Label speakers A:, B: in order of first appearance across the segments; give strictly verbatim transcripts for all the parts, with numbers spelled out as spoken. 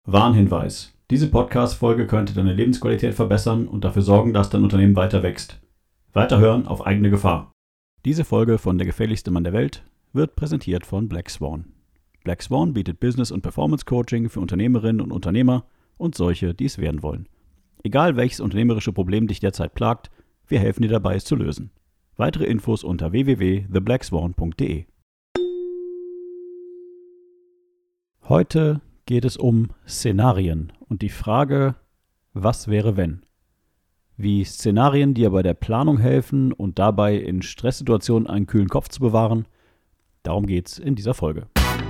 A: Warnhinweis: Diese Podcast-Folge könnte deine Lebensqualität verbessern und dafür sorgen, dass dein Unternehmen weiter wächst. Weiterhören auf eigene Gefahr. Diese Folge von Der gefährlichste Mann der Welt wird präsentiert von Black Swan. Black Swan bietet Business- und Performance-Coaching für Unternehmerinnen und Unternehmer und solche, die es werden wollen. Egal welches unternehmerische Problem dich derzeit plagt, wir helfen dir dabei, es zu lösen. Weitere Infos unter w w w punkt the black swan punkt d e. Heute geht es um Szenarien und die Frage, was wäre wenn? Wie Szenarien dir bei der Planung helfen und dabei in Stresssituationen einen kühlen Kopf zu bewahren, darum geht's in dieser Folge.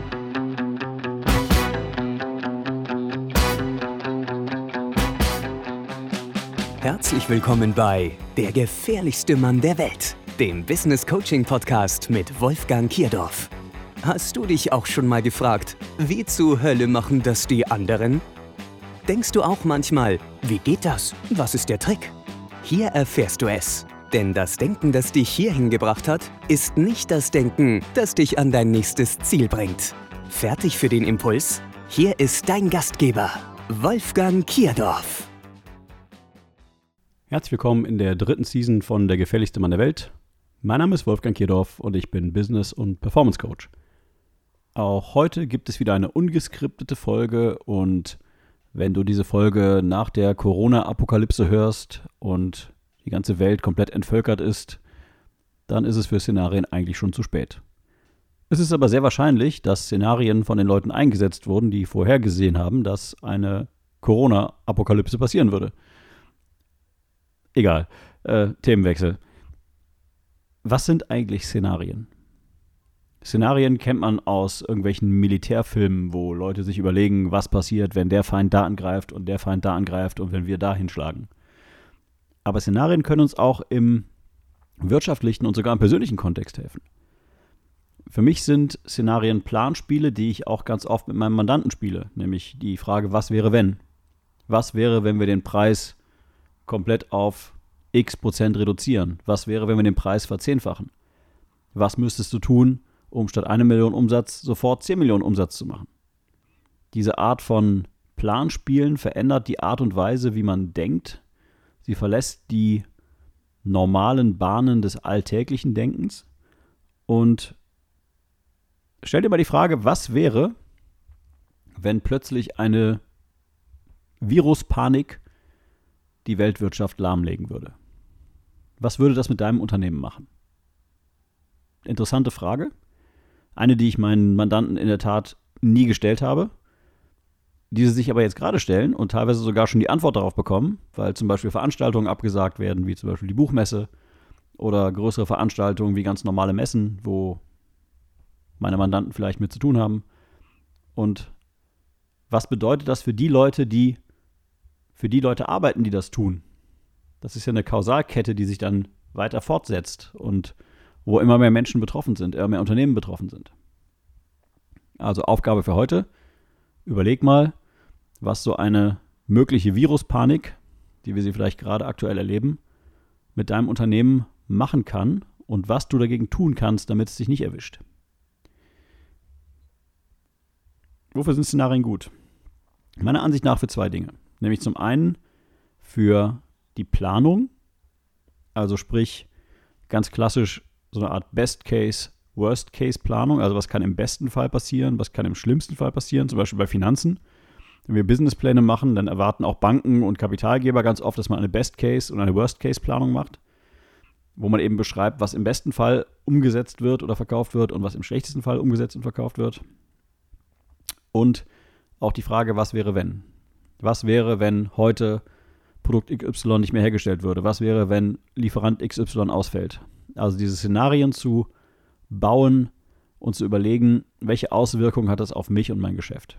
B: Herzlich willkommen bei Der gefährlichste Mann der Welt, dem Business Coaching Podcast mit Wolfgang Kierdorf. Hast du dich auch schon mal gefragt, wie zur Hölle machen das die anderen? Denkst du auch manchmal, wie geht das? Was ist der Trick? Hier erfährst du es. Denn das Denken, das dich hierhin gebracht hat, ist nicht das Denken, das dich an dein nächstes Ziel bringt. Fertig für den Impuls? Hier ist dein Gastgeber, Wolfgang Kierdorf.
A: Herzlich willkommen in der dritten Season von Der gefährlichste Mann der Welt. Mein Name ist Wolfgang Kierdorf und ich bin Business- und Performance Coach. Auch heute gibt es wieder eine ungeskriptete Folge und wenn du diese Folge nach der Corona-Apokalypse hörst und die ganze Welt komplett entvölkert ist, dann ist es für Szenarien eigentlich schon zu spät. Es ist aber sehr wahrscheinlich, dass Szenarien von den Leuten eingesetzt wurden, die vorhergesehen haben, dass eine Corona-Apokalypse passieren würde. Egal, äh, Themenwechsel. Was sind eigentlich Szenarien? Szenarien kennt man aus irgendwelchen Militärfilmen, wo Leute sich überlegen, was passiert, wenn der Feind da angreift und der Feind da angreift und wenn wir da hinschlagen. Aber Szenarien können uns auch im wirtschaftlichen und sogar im persönlichen Kontext helfen. Für mich sind Szenarien Planspiele, die ich auch ganz oft mit meinem Mandanten spiele, nämlich die Frage, was wäre wenn? Was wäre, wenn wir den Preis komplett auf x Prozent reduzieren? Was wäre, wenn wir den Preis verzehnfachen? Was müsstest du tun, um statt eine Million Umsatz sofort zehn Millionen Umsatz zu machen? Diese Art von Planspielen verändert die Art und Weise, wie man denkt. Sie verlässt die normalen Bahnen des alltäglichen Denkens. Und stell dir mal die Frage, was wäre, wenn plötzlich eine Viruspanik die Weltwirtschaft lahmlegen würde? Was würde das mit deinem Unternehmen machen? Interessante Frage. Eine, die ich meinen Mandanten in der Tat nie gestellt habe, die sie sich aber jetzt gerade stellen und teilweise sogar schon die Antwort darauf bekommen, weil zum Beispiel Veranstaltungen abgesagt werden, wie zum Beispiel die Buchmesse oder größere Veranstaltungen wie ganz normale Messen, wo meine Mandanten vielleicht mit zu tun haben. Und was bedeutet das für die Leute, die für die Leute arbeiten, die das tun? Das ist ja eine Kausalkette, die sich dann weiter fortsetzt und wo immer mehr Menschen betroffen sind, immer mehr Unternehmen betroffen sind. Also Aufgabe für heute: Überleg mal, was so eine mögliche Viruspanik, die wir sie vielleicht gerade aktuell erleben, mit deinem Unternehmen machen kann und was du dagegen tun kannst, damit es dich nicht erwischt. Wofür sind Szenarien gut? Meiner Ansicht nach für zwei Dinge. Nämlich zum einen für die Planung, also sprich ganz klassisch so eine Art Best-Case, Worst-Case-Planung, also was kann im besten Fall passieren, was kann im schlimmsten Fall passieren, zum Beispiel bei Finanzen. Wenn wir Businesspläne machen, dann erwarten auch Banken und Kapitalgeber ganz oft, dass man eine Best-Case und eine Worst-Case-Planung macht, wo man eben beschreibt, was im besten Fall umgesetzt wird oder verkauft wird und was im schlechtesten Fall umgesetzt und verkauft wird. Und auch die Frage, was wäre wenn? Was wäre, wenn heute Produkt X Y nicht mehr hergestellt würde? Was wäre, wenn Lieferant X Y ausfällt? Also diese Szenarien zu bauen und zu überlegen, welche Auswirkungen hat das auf mich und mein Geschäft.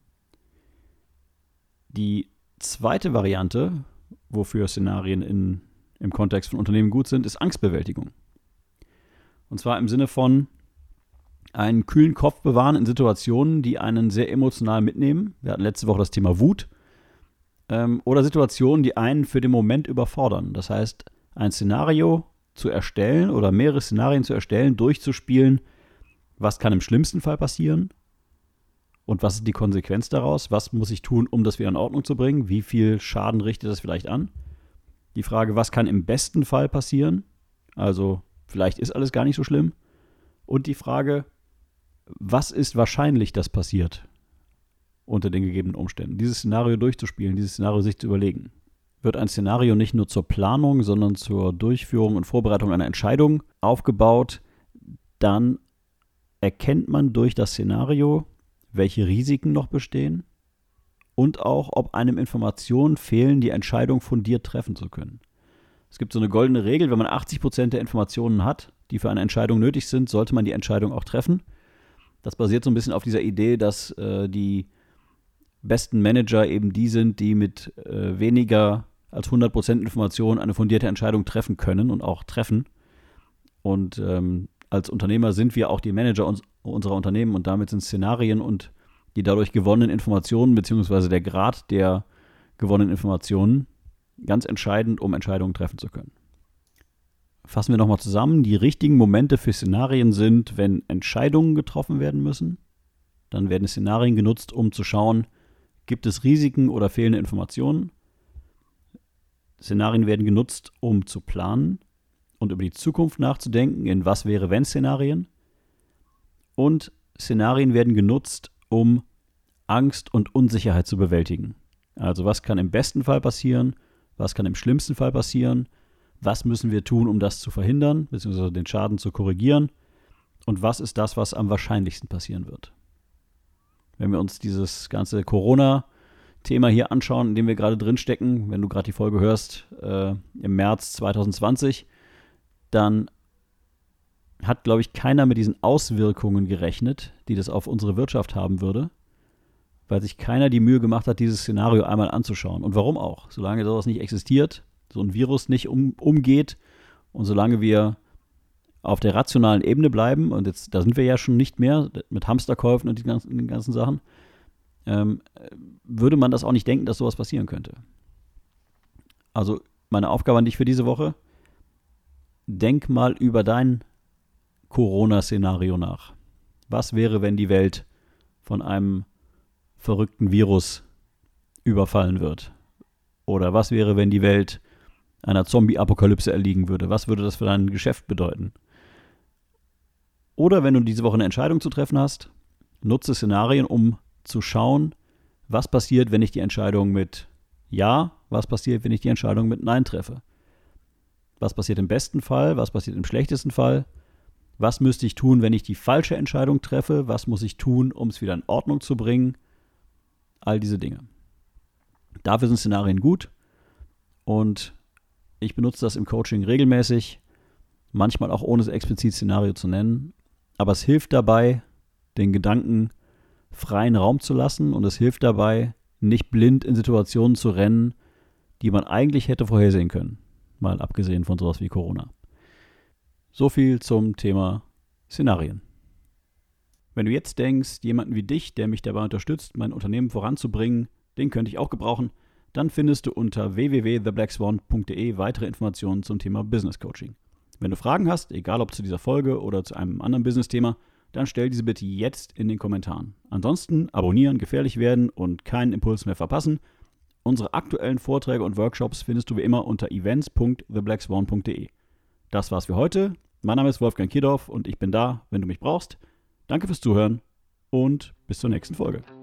A: Die zweite Variante, wofür Szenarien in, im Kontext von Unternehmen gut sind, ist Angstbewältigung. Und zwar im Sinne von einen kühlen Kopf bewahren in Situationen, die einen sehr emotional mitnehmen. Wir hatten letzte Woche das Thema Wut. Ähm, oder Situationen, die einen für den Moment überfordern. Das heißt, ein Szenario zu erstellen oder mehrere Szenarien zu erstellen, durchzuspielen, was kann im schlimmsten Fall passieren Und was ist die Konsequenz daraus? Was muss ich tun, um das wieder in Ordnung zu bringen? Wie viel Schaden richtet das vielleicht an? Die Frage, was kann im besten Fall passieren? Also vielleicht ist alles gar nicht so schlimm. Und die Frage, was ist wahrscheinlich, dass passiert unter den gegebenen Umständen? Dieses Szenario durchzuspielen, dieses Szenario sich zu überlegen. Wird ein Szenario nicht nur zur Planung, sondern zur Durchführung und Vorbereitung einer Entscheidung aufgebaut, dann erkennt man durch das Szenario, welche Risiken noch bestehen und auch, ob einem Informationen fehlen, die Entscheidung fundiert treffen zu können. Es gibt so eine goldene Regel, wenn man achtzig Prozent der Informationen hat, die für eine Entscheidung nötig sind, sollte man die Entscheidung auch treffen. Das basiert so ein bisschen auf dieser Idee, dass äh, die besten Manager eben die sind, die mit äh, weniger als hundert Prozent Informationen eine fundierte Entscheidung treffen können und auch treffen. Und ähm, als Unternehmer sind wir auch die Manager uns, unserer Unternehmen und damit sind Szenarien und die dadurch gewonnenen Informationen beziehungsweise der Grad der gewonnenen Informationen ganz entscheidend, um Entscheidungen treffen zu können. Fassen wir nochmal zusammen. Die richtigen Momente für Szenarien sind, wenn Entscheidungen getroffen werden müssen. Dann werden Szenarien genutzt, um zu schauen, gibt es Risiken oder fehlende Informationen. Szenarien werden genutzt, um zu planen und über die Zukunft nachzudenken in Was-wäre-wenn-Szenarien. Und Szenarien werden genutzt, um Angst und Unsicherheit zu bewältigen. Also was kann im besten Fall passieren, was kann im schlimmsten Fall passieren, was müssen wir tun, um das zu verhindern, beziehungsweise den Schaden zu korrigieren und was ist das, was am wahrscheinlichsten passieren wird. Wenn wir uns dieses ganze Corona-Thema hier anschauen, in dem wir gerade drin stecken, wenn du gerade die Folge hörst, äh, im März zwanzig zwanzig, dann hat, glaube ich, keiner mit diesen Auswirkungen gerechnet, die das auf unsere Wirtschaft haben würde, weil sich keiner die Mühe gemacht hat, dieses Szenario einmal anzuschauen. Und warum auch? Solange sowas nicht existiert, so ein Virus nicht um, umgeht und solange wir auf der rationalen Ebene bleiben, und jetzt da sind wir ja schon nicht mehr mit Hamsterkäufen und die ganzen, den ganzen Sachen, ähm, würde man das auch nicht denken, dass sowas passieren könnte. Also meine Aufgabe an dich für diese Woche: Denk mal über dein Corona-Szenario nach. Was wäre, wenn die Welt von einem verrückten Virus überfallen wird? Oder was wäre, wenn die Welt einer Zombie-Apokalypse erliegen würde? Was würde das für dein Geschäft bedeuten? Oder wenn du diese Woche eine Entscheidung zu treffen hast, nutze Szenarien, um zu schauen, was passiert, wenn ich die Entscheidung mit Ja, was passiert, wenn ich die Entscheidung mit Nein treffe. Was passiert im besten Fall, was passiert im schlechtesten Fall? Was müsste ich tun, wenn ich die falsche Entscheidung treffe? Was muss ich tun, um es wieder in Ordnung zu bringen? All diese Dinge. Dafür sind Szenarien gut und ich benutze das im Coaching regelmäßig, manchmal auch ohne es explizit Szenario zu nennen, aber es hilft dabei, den Gedanken freien Raum zu lassen und es hilft dabei, nicht blind in Situationen zu rennen, die man eigentlich hätte vorhersehen können, mal abgesehen von sowas wie Corona. So viel zum Thema Szenarien. Wenn du jetzt denkst, jemanden wie dich, der mich dabei unterstützt, mein Unternehmen voranzubringen, den könnte ich auch gebrauchen, dann findest du unter w w w punkt the black swan punkt d e weitere Informationen zum Thema Business Coaching. Wenn du Fragen hast, egal ob zu dieser Folge oder zu einem anderen Business-Thema, dann stell diese bitte jetzt in den Kommentaren. Ansonsten abonnieren, gefährlich werden und keinen Impuls mehr verpassen. Unsere aktuellen Vorträge und Workshops findest du wie immer unter events punkt the black swan punkt d e. Das war's für heute. Mein Name ist Wolfgang Kierdorf und ich bin da, wenn du mich brauchst. Danke fürs Zuhören und bis zur nächsten Folge.